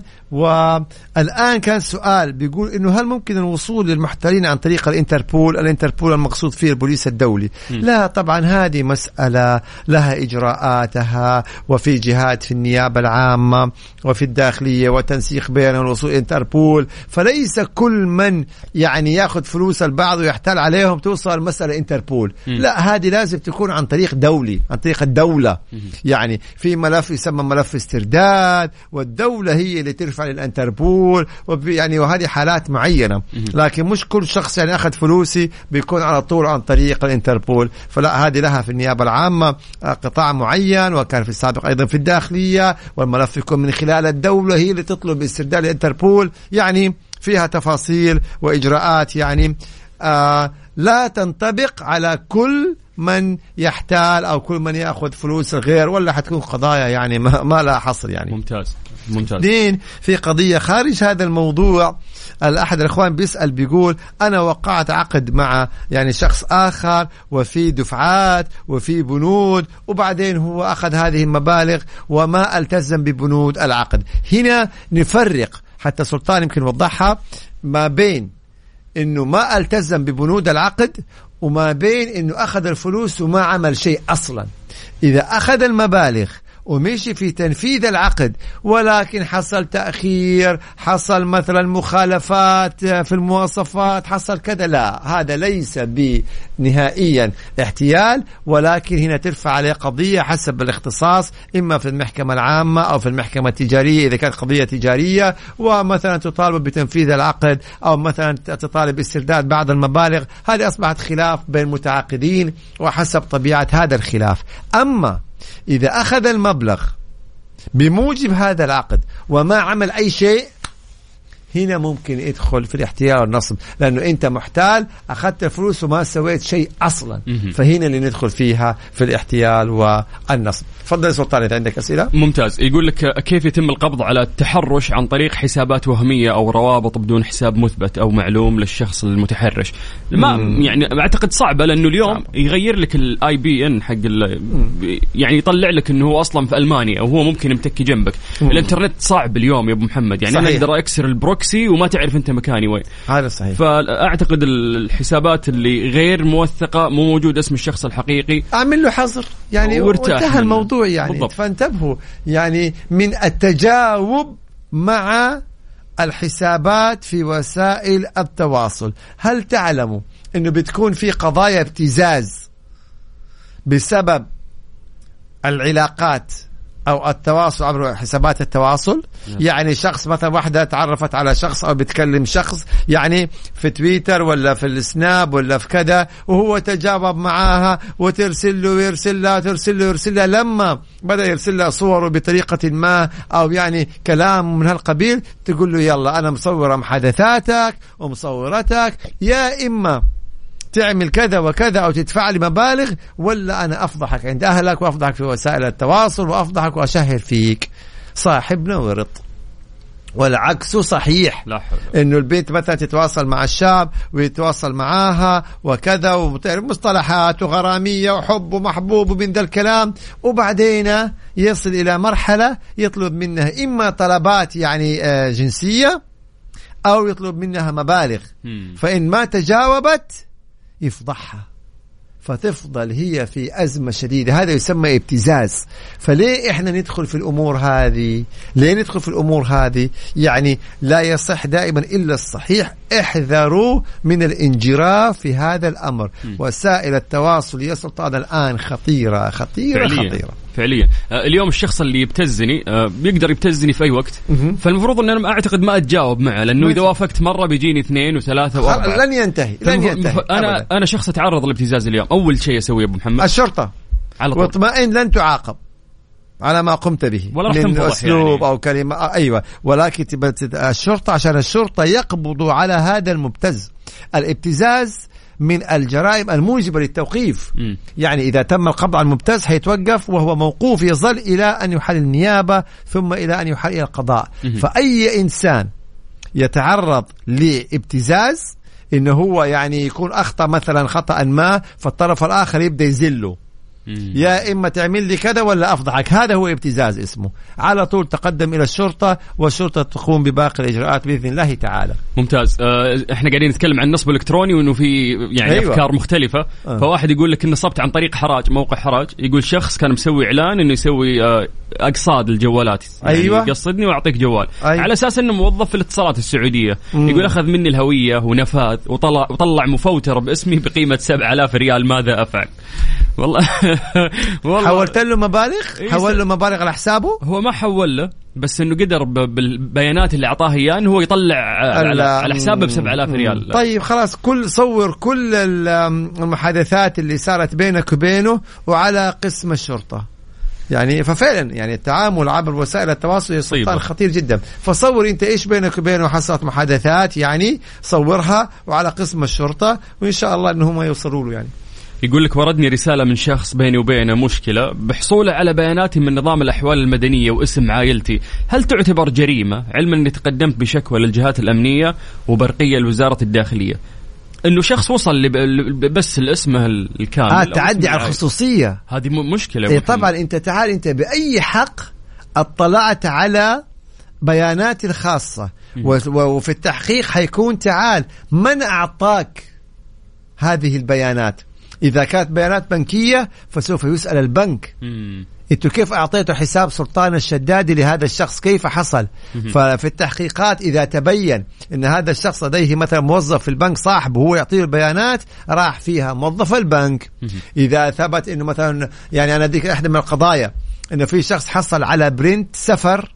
والآن كان سؤال بيقول إنه هل ممكن الوصول للمحتالين عن طريق الانتربول؟ الانتربول المقصود فيه البوليس الدولي. م. لا طبعا هذه مسألة لها إجراءاتها، وفي جهات في النيابة العامة وفي الداخلية وتنسيق بين الوصول انتربول، فليس كل من يعني ياخذ فلوس البعض ويحتال عليهم توصل مسألة انتربول. م. لا، هذه لازم تكون عن طريق دولي، عن طريق الدولة. م. يعني في ملف يسمى ملف استرداد، والدولة هي اللي ترفع للانتربول، يعني وهذه حالات معينة، لكن مش كل شخص يعني أخذ فلوسي بيكون على طول عن طريق الانتربول. فلا، هذه لها في النيابة العامة قطاع معين، وكان في السابق أيضا في الداخلية، والملف يكون من خلال الدولة هي اللي تطلب استرداد الانتربول. يعني فيها تفاصيل وإجراءات يعني آه لا تنطبق على كل من يحتال أو كل من يأخذ فلوس الغير، ولا حتكون قضايا يعني ما, ما لها حصر يعني. ممتاز ممتاز. دين في قضية خارج هذا الموضوع، الأحد الأخوان بيسأل بيقول أنا وقعت عقد مع يعني شخص آخر، وفي دفعات وفي بنود، وبعدين هو أخذ هذه المبالغ وما التزم ببنود العقد. هنا نفرق حتى سلطان يمكن وضحها ما بين إنه ما التزم ببنود العقد وما بين إنه أخذ الفلوس وما عمل شيء أصلا. إذا أخذ المبالغ ومشي في تنفيذ العقد ولكن حصل تأخير، حصل مثلا مخالفات في المواصفات، حصل كذا، لا، هذا ليس بنهائيا احتيال، ولكن هنا ترفع عليه قضية حسب الاختصاص، إما في المحكمة العامة أو في المحكمة التجارية إذا كانت قضية تجارية، ومثلا تطالب بتنفيذ العقد أو مثلا تطالب باسترداد بعض المبالغ. هذه أصبحت خلاف بين المتعاقدين وحسب طبيعة هذا الخلاف. أما إذا أخذ المبلغ بموجب هذا العقد وما عمل أي شيء، هنا ممكن يدخل في الاحتيال والنصب، لأنه أنت محتال، أخذت الفلوس وما سويت شيء أصلا، فهنا اللي ندخل فيها في الاحتيال والنصب. تفضل سلطان إذا عندك أسئلة. ممتاز. يقول لك كيف يتم القبض على التحرش عن طريق حسابات وهمية أو روابط بدون حساب مثبت أو معلوم للشخص المتحرش؟ ما مم. يعني أعتقد صعبة، لأنه اليوم صعب. يغير لك الاي بي ان حق يعني يطلع لك إنه هو أصلا في ألمانيا وهو ممكن يمتكي جنبك. مم. الإنترنت صعب اليوم يا أبو محمد، يعني صحيح. أنا أقدر أكسر البروكسي وما تعرف أنت مكاني وين. هذا صحيح. فأعتقد الحسابات اللي غير موثقة مو موجود اسم الشخص الحقيقي، أعمل له حظر يعني وانتهى الموضوع يعني. بالضبط. فانتبهوا يعني من التجاوب مع الحسابات في وسائل التواصل. هل تعلموا أنه بتكون في قضايا ابتزاز بسبب العلاقات أو التواصل عبر حسابات التواصل؟ يعني شخص مثلا واحدة تعرفت على شخص أو بتكلم شخص يعني في تويتر ولا في السناب ولا في كذا، وهو تجاوب معاها وترسل له ويرسل لها وترسل له ويرسل لها. لما بدأ يرسل لها صوره بطريقة ما أو يعني كلام من هالقبيل، تقول له يلا أنا مصورة محادثاتك ومصورتك، يا إما تعمل كذا وكذا أو تدفع لي مبالغ، ولا أنا أفضحك عند أهلك وأفضحك في وسائل التواصل وأفضحك وأشهر فيك. صاحبنا ورط. والعكس صحيح، إنه البنت مثلا تتواصل مع الشاب ويتواصل معاها وكذا وتعرف مصطلحات وغرامية وحب ومحبوب ومن ذا الكلام، وبعدين يصل إلى مرحلة يطلب منها إما طلبات يعني جنسية أو يطلب منها مبالغ، فإن ما تجاوبت يفضحها فتفضل هي في أزمة شديدة. هذا يسمى ابتزاز. فليه إحنا ندخل في الأمور هذه؟ ليه ندخل في الأمور هذه؟ يعني لا يصح دائما إلا الصحيح. احذروا من الانجراف في هذا الأمر. م. وسائل التواصل يا سلطان الآن خطيرة خطيرة فعليا. خطيرة فعليا. آه اليوم الشخص اللي يبتزني آه بيقدر يبتزني في أي وقت. م- فالمفروض أن أنا ما أعتقد ما أتجاوب معه، لأنه إذا وافقت مرة بيجيني اثنين وثلاثة وأربعة. لن ينتهي لن ينتهي. أنا أبداً. أنا شخص أتعرض للابتزاز اليوم، أول شيء أسويه أبو محمد الشرطة على طول. واطمئن لن تعاقب على ما قمت به من أسلوب يعني. أو كلمة. أيوة، ولكن الشرطة عشان الشرطة يقبضوا على هذا المبتز. الابتزاز من الجرائم الموجبة للتوقيف. م. يعني إذا تم القبض على المبتز حيتوقف وهو موقوف، يظل إلى أن يحال النيابة ثم إلى أن يحال إلى القضاء. م. فأي إنسان يتعرض لابتزاز إنه هو يعني يكون أخطأ مثلا خطأ ما، فالطرف الآخر يبدأ يزله، يا إما تعمل لي كذا ولا أفضحك، هذا هو ابتزاز اسمه. على طول تقدم إلى الشرطة والشرطة تقوم بباقي الإجراءات بإذن الله تعالى. ممتاز. آه إحنا قاعدين نتكلم عن النصب الإلكتروني وإنه في يعني أيوة. أفكار مختلفة. آه. فواحد يقول لك إن نصبت عن طريق حراج، موقع حراج. يقول شخص كان مسوي إعلان إنه يسوي آه أقصاد الجوالات، يعني أيوة. يقصدني وأعطيك جوال، أيوة. على أساس إنه موظف في الاتصالات السعودية. مم. يقول أخذ مني الهوية ونفاذ وطلع وطلع مفوتر باسمي بقيمة سبعة آلاف ريال. ماذا أفعل؟ والله والله حولت له مبالغ، حول له مبالغ على حسابه. هو ما حول له، بس انه قدر بالبيانات اللي اعطاه اياه انه هو يطلع على, على حسابه بسبعة آلاف ريال. طيب خلاص، كل صور كل المحادثات اللي صارت بينك وبينه وعلى قسم الشرطة. يعني ففعلا يعني التعامل عبر وسائل التواصل يا سلطان خطير جدا. فصور انت ايش بينك وبينه حصلت محادثات، يعني صورها وعلى قسم الشرطة، وان شاء الله انهم يوصلوا له. يعني يقول لك وردني رسالة من شخص بيني وبينه مشكلة بحصوله على بياناتي من نظام الأحوال المدنية واسم عائلتي. هل تعتبر جريمة، علما أني تقدمت بشكوى للجهات الأمنية وبرقية لوزارة الداخلية؟ إنه شخص وصل بس الاسم الكامل. آه تعدي على الخصوصية، هذه مشكلة. إيه طبعا. أنت تعال أنت بأي حق اطلعت على بياناتي الخاصة، وفي التحقيق حيكون تعال من أعطاك هذه البيانات. إذا كانت بيانات بنكية فسوف يسأل البنك. مم. أنتوا كيف أعطيتوا حساب سلطان الشدادي لهذا الشخص، كيف حصل؟ مم. ففي التحقيقات إذا تبين أن هذا الشخص لديه مثلا موظف في البنك صاحبه هو يعطيه البيانات، راح فيها موظف البنك. مم. إذا ثبت أنه مثلا يعني أنا أديك إحدى من القضايا أنه في شخص حصل على برنت سفر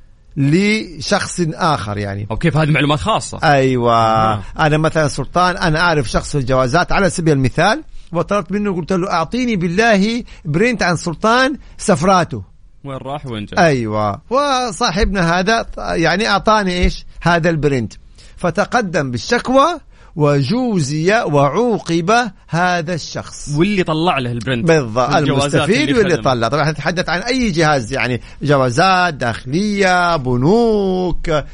لشخص آخر، يعني أو كيف هذه معلومات خاصة. أيوة. آه. أنا مثلا سلطان أنا أعرف شخص في الجوازات على سبيل المثال، وطلبت منه قلت له أعطيني بالله برنت عن سلطان سفراته، وين راح وين جاء. أيوة. وصاحبنا هذا يعني أعطاني إيش هذا البرنت، فتقدم بالشكوى وجوزي وعوقب هذا الشخص واللي طلع له البرنت بالضبط، المستفيد واللي طلع. طبعا نتحدث عن أي جهاز، يعني جوازات داخلية، بنوك، آآ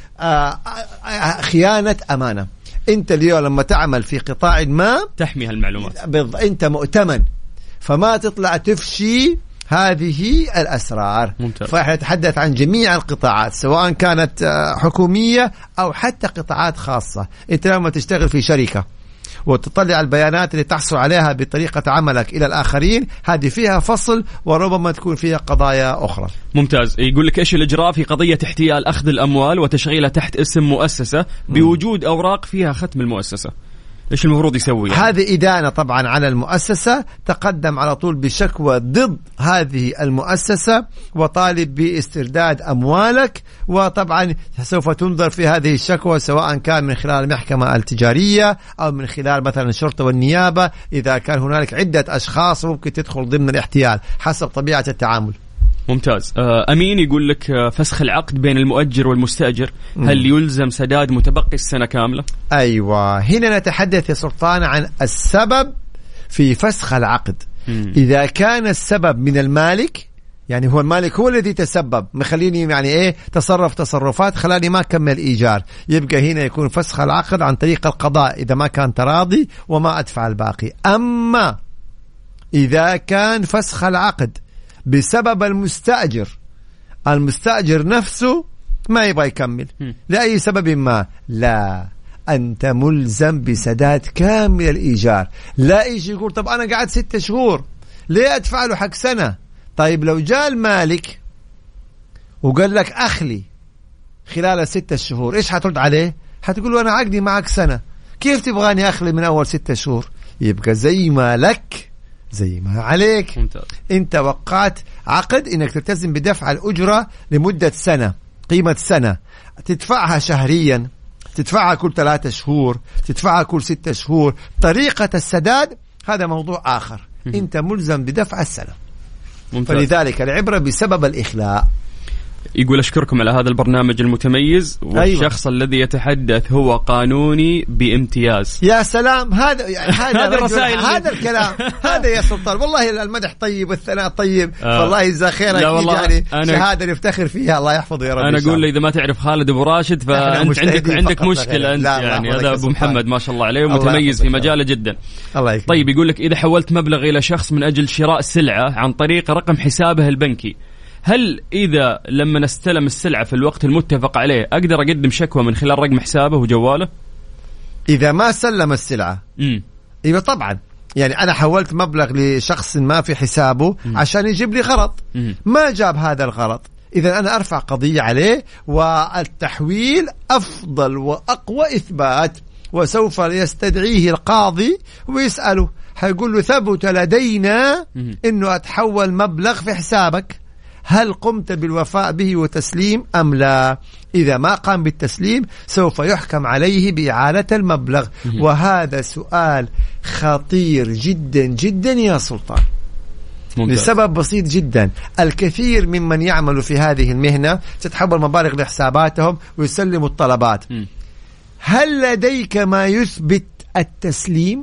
آآ خيانة أمانة. أنت اليوم لما تعمل في قطاع ما تحمي هالمعلومات بالضبط، أنت مؤتمن، فما تطلع تفشي هذه الأسرار. فإحنا نتحدث عن جميع القطاعات سواء كانت حكومية أو حتى قطاعات خاصة. أنت لما تشتغل في شركة وتطلع البيانات اللي تحصل عليها بطريقة عملك إلى الآخرين، هذه فيها فصل وربما تكون فيها قضايا أخرى. ممتاز. يقول لك إيش الإجراء في قضية احتيال أخذ الأموال وتشغيلها تحت اسم مؤسسة بوجود أوراق فيها ختم المؤسسة؟ إيش المفروض يسوي؟ يعني؟ هذه إدانة طبعا على المؤسسة. تقدم على طول بشكوى ضد هذه المؤسسة وطالب باسترداد أموالك، وطبعا سوف تنظر في هذه الشكوى سواء كان من خلال المحكمة التجارية أو من خلال مثلا الشرطة والنيابة، إذا كان هنالك عدة أشخاص ممكن تدخل ضمن الاحتيال حسب طبيعة التعامل. ممتاز. أمين يقول لك فسخ العقد بين المؤجر والمستأجر، هل يلزم سداد متبقي السنة كاملة؟ أيوة. هنا نتحدث يا سلطان عن السبب في فسخ العقد. مم. إذا كان السبب من المالك، يعني هو المالك هو الذي تسبب مخليني يعني إيه تصرف تصرفات خلاني ما كمل إيجار، يبقى هنا يكون فسخ العقد عن طريق القضاء إذا ما كان تراضي وما أدفع الباقي. أما إذا كان فسخ العقد بسبب المستأجر، المستأجر نفسه ما يبغى يكمل م. لأي سبب ما، لا، أنت ملزم بسداد كامل الإيجار. لا يجي يقول طب أنا قاعد ستة شهور ليه أدفع له حق سنة؟ طيب لو جاء المالك وقال لك أخلي خلال الستة شهور إيش حترد عليه؟ حتقول له أنا عقدي معك سنة، كيف تبغاني أخلي من أول ستة شهور؟ يبقى زي ما لك زي ما عليك. ممتاز. انت وقعت عقد انك تلتزم بدفع الأجرة لمدة سنة، قيمة سنة، تدفعها شهريا، تدفعها كل ثلاثة شهور، تدفعها كل ستة شهور. طريقة السداد هذا موضوع آخر. انت ملزم بدفع السنة. ممتاز. فلذلك العبرة بسبب الإخلاء. يقول أشكركم على هذا البرنامج المتميز، والشخص أيوة. الذي يتحدث هو قانوني بامتياز. يا سلام، هذا يعني هذا الرسائل هذا الكلام هذا يا سلطان. والله المدح طيب والثناء طيب. آه. والله يجزاه خيرك، يعني شهادة نفتخر فيها، الله يحفظه يا رب. أنا أقول إذا ما تعرف خالد أبو راشد فأنت عندك عندك مشكلة أنت، يعني هذا أبو محمد ما شاء الله عليه ومتميز في مجاله جدا. الله يكرمك. طيب يقول لك إذا حولت مبلغ إلى شخص من أجل شراء سلعة عن طريق رقم حسابه البنكي، هل إذا لما نستلم السلعة في الوقت المتفق عليه أقدر أقدم شكوى من خلال رقم حسابه وجواله؟ إذا ما سلم السلعة امم إذا طبعا، يعني أنا حولت مبلغ لشخص ما في حسابه مم. عشان يجيب لي غرض، مم. ما جاب هذا الغرض، إذا أنا أرفع قضية عليه. والتحويل أفضل وأقوى إثبات، وسوف يستدعيه القاضي ويسأله، هيقول له ثبت لدينا مم. إنه أتحول مبلغ في حسابك، هل قمت بالوفاء به وتسليم أم لا؟ إذا ما قام بالتسليم سوف يحكم عليه بإعادة المبلغ. وهذا سؤال خطير جدا جدا يا سلطان. ممتاز. لسبب بسيط جدا، الكثير ممن يعمل في هذه المهنة تتحول مبالغ لحساباتهم ويسلموا الطلبات. م. هل لديك ما يثبت التسليم؟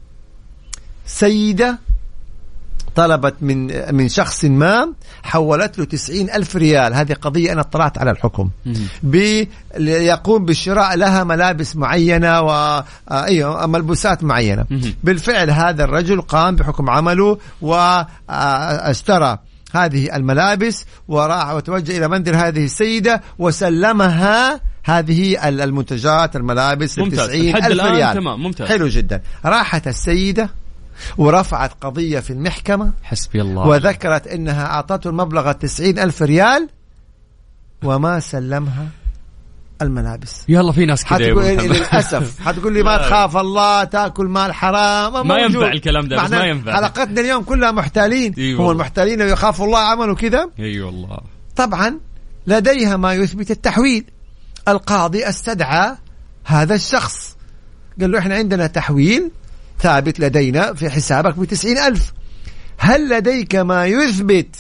سيدة طلبت من من شخص ما، حولت له تسعين ألف ريال، هذه قضية أنا اطلعت على الحكم، بيقوم بشراء لها ملابس معينة وأيوة ملبوسات معينة. بالفعل هذا الرجل قام بحكم عمله واشترى هذه الملابس وراح وتوجه إلى منزل هذه السيدة وسلمها هذه المنتجات الملابس بتسعين ألف ريال. تمام. ممتاز. حلو جدا. راحت السيدة ورفعت قضية في المحكمة، حسبي الله، وذكرت إنها أعطته المبلغ التسعين ألف ريال وما سلمها الملابس. يلا في ناس كده للأسف حتقول لي ما تخاف الله تأكل مال حرام، ما ينفع الكلام ده، بس ما ينفع. حلقتنا اليوم كلها محتالين. هم المحتالين يخافوا الله عملوا كذا. اي والله. طبعا لديها ما يثبت التحويل. القاضي استدعى هذا الشخص قال له احنا عندنا تحويل ثابت لدينا في حسابك بتسعين ألف، هل لديك ما يثبت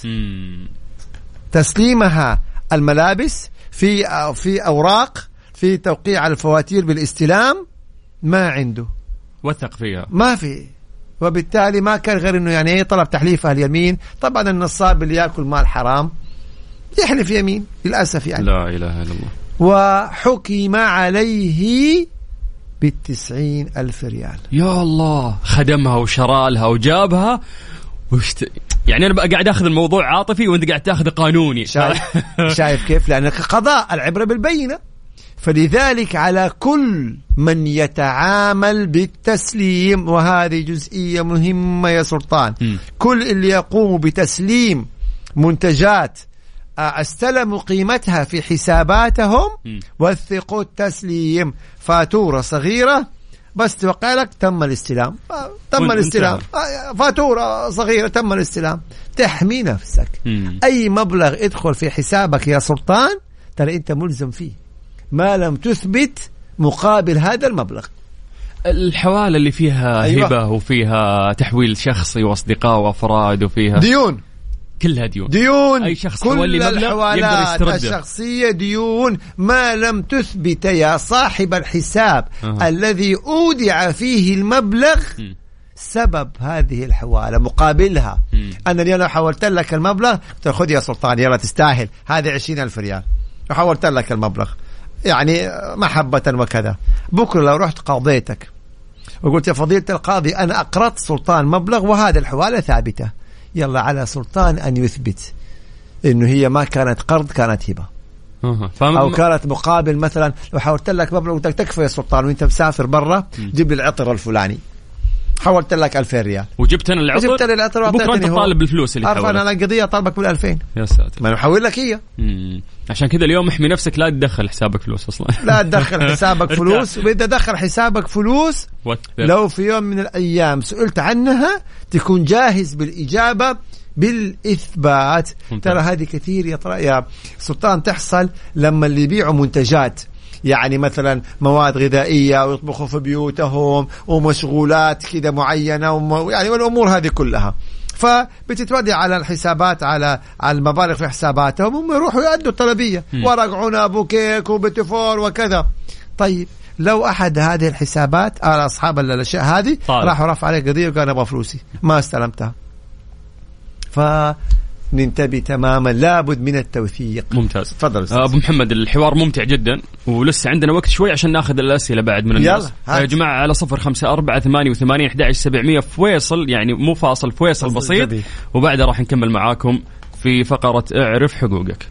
تسليمها الملابس في في أوراق في توقيع الفواتير بالاستلام؟ ما عنده، وثق فيها ما في، وبالتالي ما كان غير انه يعني طلب تحليفها اليمين. طبعا النصاب اللي ياكل مال حرام يحلف يمين للأسف يعني. لا إله إلا الله. وحكم عليه بالتسعين ألف ريال. يا الله، خدمها وشرالها وجابها وشت... يعني أنا بقى قاعد أخذ الموضوع عاطفي وأنت قاعد تأخذ قانوني. شايف, شايف كيف؟ لأنك قضاء العبرة بالبينة. فلذلك على كل من يتعامل بالتسليم، وهذه جزئية مهمة يا سلطان، م. كل اللي يقوم بتسليم منتجات استلموا قيمتها في حساباتهم، م. وثقوا التسليم، فاتورة صغيرة بس توقع لك تم الاستلام، تم الاستلام، فاتورة صغيرة تم الاستلام، تحمي نفسك. م. أي مبلغ يدخل في حسابك يا سلطان ترى أنت ملزم فيه ما لم تثبت مقابل هذا المبلغ. الحوالة اللي فيها أيوة. هبة وفيها تحويل شخصي وأصدقاء وأفراد وفيها ديون، كلها ديون. ديون أي شخص كل الحوالات الشخصية ديون ما لم تثبت يا صاحب الحساب أه. الذي أودع فيه المبلغ م. سبب هذه الحوالة مقابلها. م. أنا اليوم حولت لك المبلغ خذ يا سلطان يلا تستاهل هذه عشرين ألف ريال، وحولت لك المبلغ يعني محبة وكذا. بكرة لو رحت قاضيتك وقلت يا فضيلة القاضي أنا أقرضت سلطان مبلغ وهذا الحوالة ثابتة، يلا على سلطان أن يثبت إنه هي ما كانت قرض كانت هبة. أو كانت مقابل مثلا لو حولت لك مبلغ قلت لك تكفى يا سلطان وأنت مسافر برا جيب لي العطر الفلاني، حولت لك ألفين ريال وجبت أنا العطر جبت لي العطر بكرة أنت طالب بالفلوس اللي أرفع أنا القضية طالبك بالألفين. يا ساتر، ما نحول لك هي. عشان كذا اليوم احمي نفسك، لا تدخل حسابك فلوس أصلا. لا تدخل حسابك فلوس، وإذا دخل حسابك فلوس لو في يوم من الأيام سئلت عنها تكون جاهز بالإجابة بالإثبات. ترى هذه كثير يا, يا سلطان تحصل لما اللي يبيعوا منتجات، يعني مثلا مواد غذائية ويطبخوا في بيوتهم ومشغولات كده معينة وم... يعني والأمور هذه كلها، فبتتودي على الحسابات على على المبالغ في حساباتهم، هم يروحوا يأدوا الطلبية ورق عنب وكيك وبتفور وكذا. طيب لو أحد هذه الحسابات على أصحاب الأشياء هذه راحوا رفع عليه قضية وقال أبغى فلوسي ما استلمتها، فننتبه تماما، لابد من التوثيق. ممتاز. تفضل أبو محمد، الحوار ممتع جدا ولسه عندنا وقت شوي عشان ناخذ الأسئلة بعد من الناس. يا جماعة على صفر خمسة أربعة ثمانية وثمانين أحد عشر سبعمية فويصل، يعني مو فاصل، فويصل بسيط، وبعدها راح نكمل معاكم في فقرة اعرف حقوقك.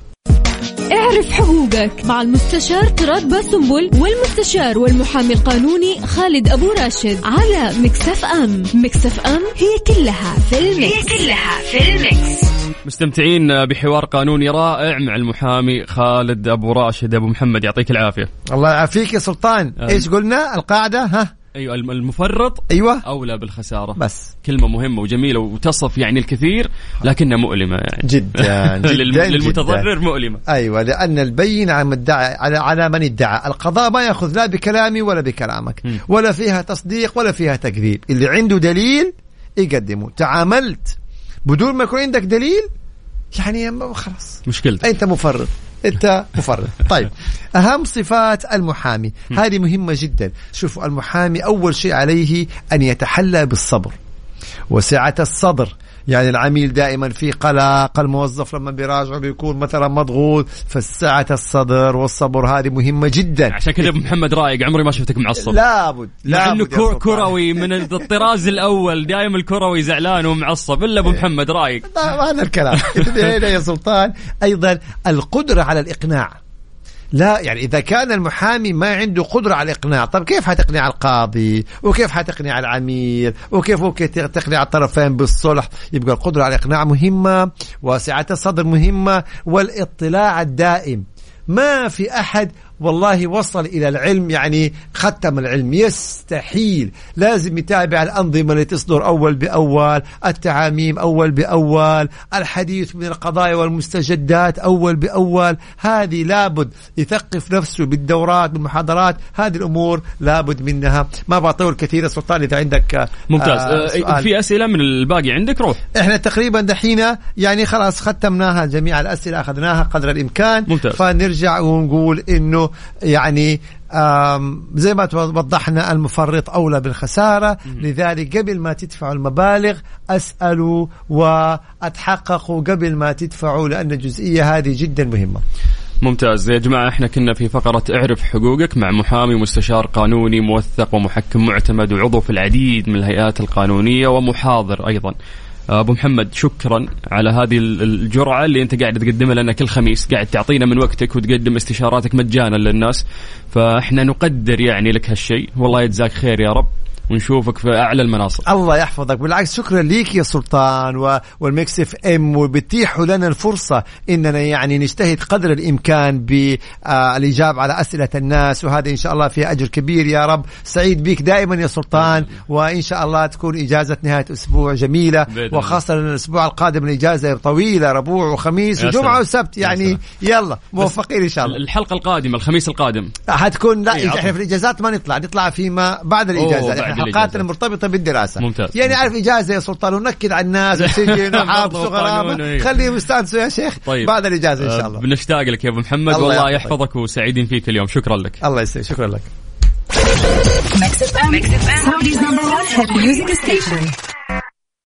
اعرف حقوقك مع المستشار تراد باسنبل والمستشار والمحامي القانوني خالد أبو راشد على مكسف أم. مكسف أم هي كلها في المكس. هي كلها في المكس. مستمتعين بحوار قانوني رائع مع المحامي خالد أبو راشد. أبو محمد يعطيك العافية. الله يعافيك يا سلطان. أه. إيش قلنا القاعدة؟ ها أيوة، المفرط أيوة أولى بالخسارة. بس كلمة مهمة وجميلة وتصف يعني الكثير لكنها مؤلمة يعني جدا, جداً للمتضرر جداً. مؤلمة. أيوة، لأن البين على من ادعى على على من ادعى. القضاء ما يأخذ لا بكلامي ولا بكلامك م. ولا فيها تصديق ولا فيها تكذيب. اللي عنده دليل يقدمه. تعاملت بدون ما يكون عندك دليل يعني خلاص مشكلتك، أنت مفرط، أنت مفرط. طيب، أهم صفات المحامي هذه مهمة جدا. شوفوا، المحامي أول شيء عليه أن يتحلى بالصبر وسعة الصدر. يعني العميل دائما في قلق، الموظف لما بيراجعه بيكون مثلا مضغوط، فسعة الصدر والصبر هذه مهمة جدا. عشان كذا ابو محمد رايق، عمري ما شفتك معصب. لابد لأنه كر كروي من الطراز الأول، دائما الكروي زعلان ومعصب، إلا ابو محمد رايق. هذا الكلام هنا يا سلطان. أيضا القدرة على الإقناع. لا يعني إذا كان المحامي ما عنده قدرة على الإقناع، طب كيف حتقنع القاضي وكيف حتقنع العميل وكيف ممكن تقنع الطرفين بالصلح؟ يبقى القدرة على الإقناع مهمة، وسعة الصدر مهمة، والاطلاع الدائم. ما في أحد والله وصل إلى العلم يعني ختم العلم، يستحيل. لازم يتابع الأنظمة اللي تصدر أول بأول، التعاميم أول بأول، الحديث من القضايا والمستجدات أول بأول. هذه لابد يثقف نفسه بالدورات بالمحاضرات، هذه الأمور لابد منها. ما بطول كثير سلطان، إذا عندك ممتاز آه في أسئلة من الباقي عندك روح. إحنا تقريبا دحين يعني خلاص ختمناها، جميع الأسئلة أخذناها قدر الإمكان. ممتاز. فنرجع ونقول إنه يعني زي ما وضحنا المفرط أولى بالخسارة. لذلك قبل ما تدفعوا المبالغ أسألوا وأتحققوا قبل ما تدفعوا، لأن الجزئية هذه جدا مهمة. ممتاز يا جماعة، احنا كنا في فقرة اعرف حقوقك مع محامي مستشار قانوني موثق ومحكم معتمد وعضو في العديد من الهيئات القانونية ومحاضر أيضا. أبو محمد، شكرا على هذه الجرعة اللي أنت قاعد تقدمها لنا كل خميس، قاعد تعطينا من وقتك وتقدم استشاراتك مجانا للناس، فإحنا نقدر يعني لك هالشيء. والله يجزاك خير يا رب، ونشوفك في أعلى المناصب. الله يحفظك. بالعكس شكرا ليك يا سلطان والميكس اف ام، وبتيحوا لنا الفرصة إننا يعني نجتهد قدر الإمكان بالإجابة على أسئلة الناس، وهذا إن شاء الله فيها أجر كبير يا رب. سعيد بيك دائما يا سلطان، وإن شاء الله تكون إجازة نهاية أسبوع جميلة، وخاصة الأسبوع القادم الإجازة طويلة، ربوع وخميس وجمعة وسبت يعني. يلا موفقين إن شاء الله. الحلقة القادمة الخميس القادم حتكون لا إحنا في الإجازات ما نطلع نطلع فيما بعد الإجازة، حلقات المرتبطة بالدراسة. ممتاز. يعني عارف إجازة يا سلطان ونكد على الناس وسجن وحبس وغرامة، خليهم يستانسوا يا شيخ. طيب. بعد الإجازة إن شاء الله. بنشتاق لك يا أبو محمد، والله يحفظك وسعيدين فيك اليوم. شكرا لك. الله يسلمك. شكرا لك. Mix F M, Mix F M, Saudi's number one hit music station.